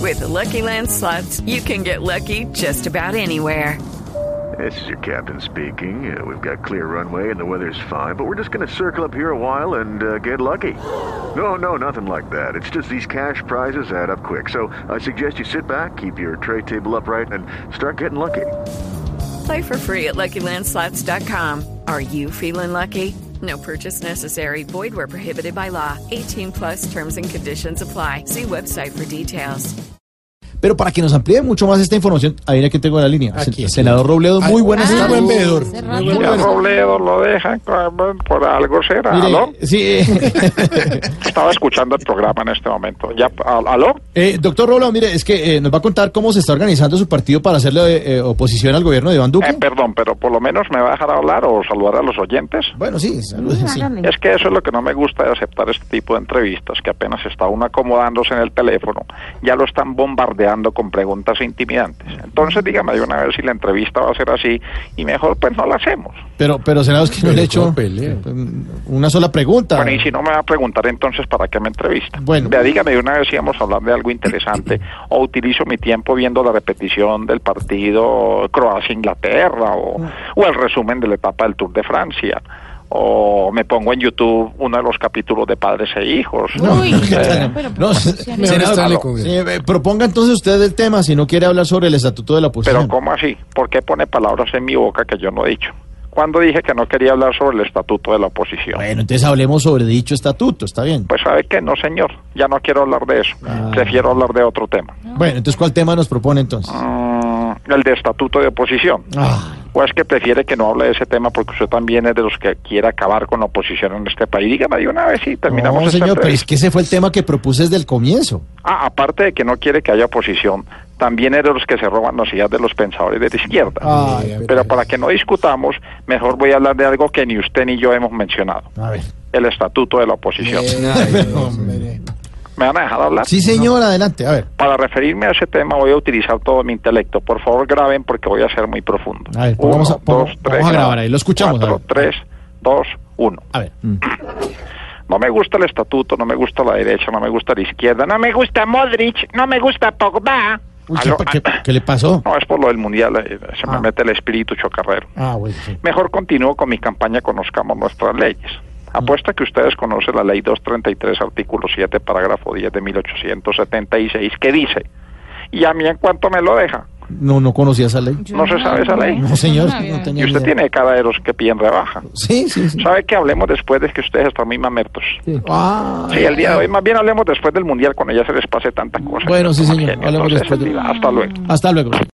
With the Lucky Land Slots, you can get lucky just about anywhere. This is your captain speaking. We've got clear runway and the weather's fine, but we're just going to circle up here a while and get lucky. No, nothing like that. It's just these cash prizes add up quick. So I suggest you sit back, keep your tray table upright, and start getting lucky. Play for free at LuckyLandSlots.com. Are you feeling lucky? No purchase necessary. Void where prohibited by law. 18 plus terms and conditions apply. See website for details. Pero para que nos amplíe mucho más esta información, ahí viene que tengo en la línea. Senador Robledo, muy buenas tardes. Buen veedor. Robledo lo dejan por algo será. Mire, ¿Aló? sí. Estaba escuchando el programa en este momento. ¿Ya? ¿Aló? Doctor Robledo, mire, es que nos va a contar cómo se está organizando su partido para hacerle oposición al gobierno de Iván Duque. Perdón, pero por lo menos me va a dejar hablar o saludar a los oyentes. Bueno, sí, saludos, sí. Es que eso es lo que no me gusta de aceptar este tipo de entrevistas, que apenas está uno acomodándose en el teléfono, ya lo están bombardeando con preguntas intimidantes. Entonces dígame de una vez si la entrevista va a ser así y mejor pues no la hacemos. Pero senador, es que no le he hecho una sola pregunta. Bueno, y si no me va a preguntar entonces ¿para qué me entrevista? Bueno. Vea, dígame de una vez si vamos a hablar de algo interesante o utilizo mi tiempo viendo la repetición del partido Croacia-Inglaterra o el resumen de la etapa del Tour de Francia. O me pongo en YouTube uno de los capítulos de Padres e Hijos. Senador, proponga entonces usted el tema si no quiere hablar sobre el estatuto de la oposición. Pero ¿cómo así? ¿Por qué pone palabras en mi boca que yo no he dicho? ¿Cuándo dije que no quería hablar sobre el estatuto de la oposición? Bueno, entonces hablemos sobre dicho estatuto, está bien. Pues ¿sabe qué? No, señor, ya no quiero hablar de eso. Prefiero hablar de otro tema. Bueno, entonces ¿cuál tema nos propone entonces? El de estatuto de oposición. ¿O es que prefiere que no hable de ese tema porque usted también es de los que quiere acabar con la oposición en este país? Dígame de una vez y terminamos esta señor, entrevista. pero es que ese fue el tema que propuse desde el comienzo. Aparte de que no quiere que haya oposición, también es de los que se roban las ideas de los pensadores de la izquierda. Pero para que no discutamos, mejor voy a hablar de algo que ni usted ni yo hemos mencionado. A ver. El estatuto de la oposición. ¿Me van a dejar hablar? Sí, señor, adelante, a ver. Para referirme a ese tema voy a utilizar todo mi intelecto. Por favor, graben porque voy a ser muy profundo. A ver, vamos a grabar ahí, lo escuchamos. 4, 3, 2, 1. A ver. No me gusta el estatuto, no me gusta la derecha, no me gusta la izquierda, no me gusta Modric, no me gusta Pogba. Uy, ¿qué le pasó? No, es por lo del mundial, se me mete el espíritu chocarrero. Bueno, sí. Mejor continúo con mi campaña Conozcamos Nuestras Leyes. Apuesta que ustedes conocen la ley 233, artículo 7, parágrafo 10 de 1876, que dice, ¿y a mí en cuánto me lo deja? No conocía esa ley. ¿No se sabe esa ley? No, señor, no tenía Y usted idea. tiene cara de los que piden rebaja. Sí. ¿Sabe que hablemos después de que ustedes están muy mamertos? Sí. Sí, el día de hoy más bien hablemos después del mundial cuando ya se les pase tanta cosa. Bueno, sí, señor, hablemos después Hasta luego. Hasta luego.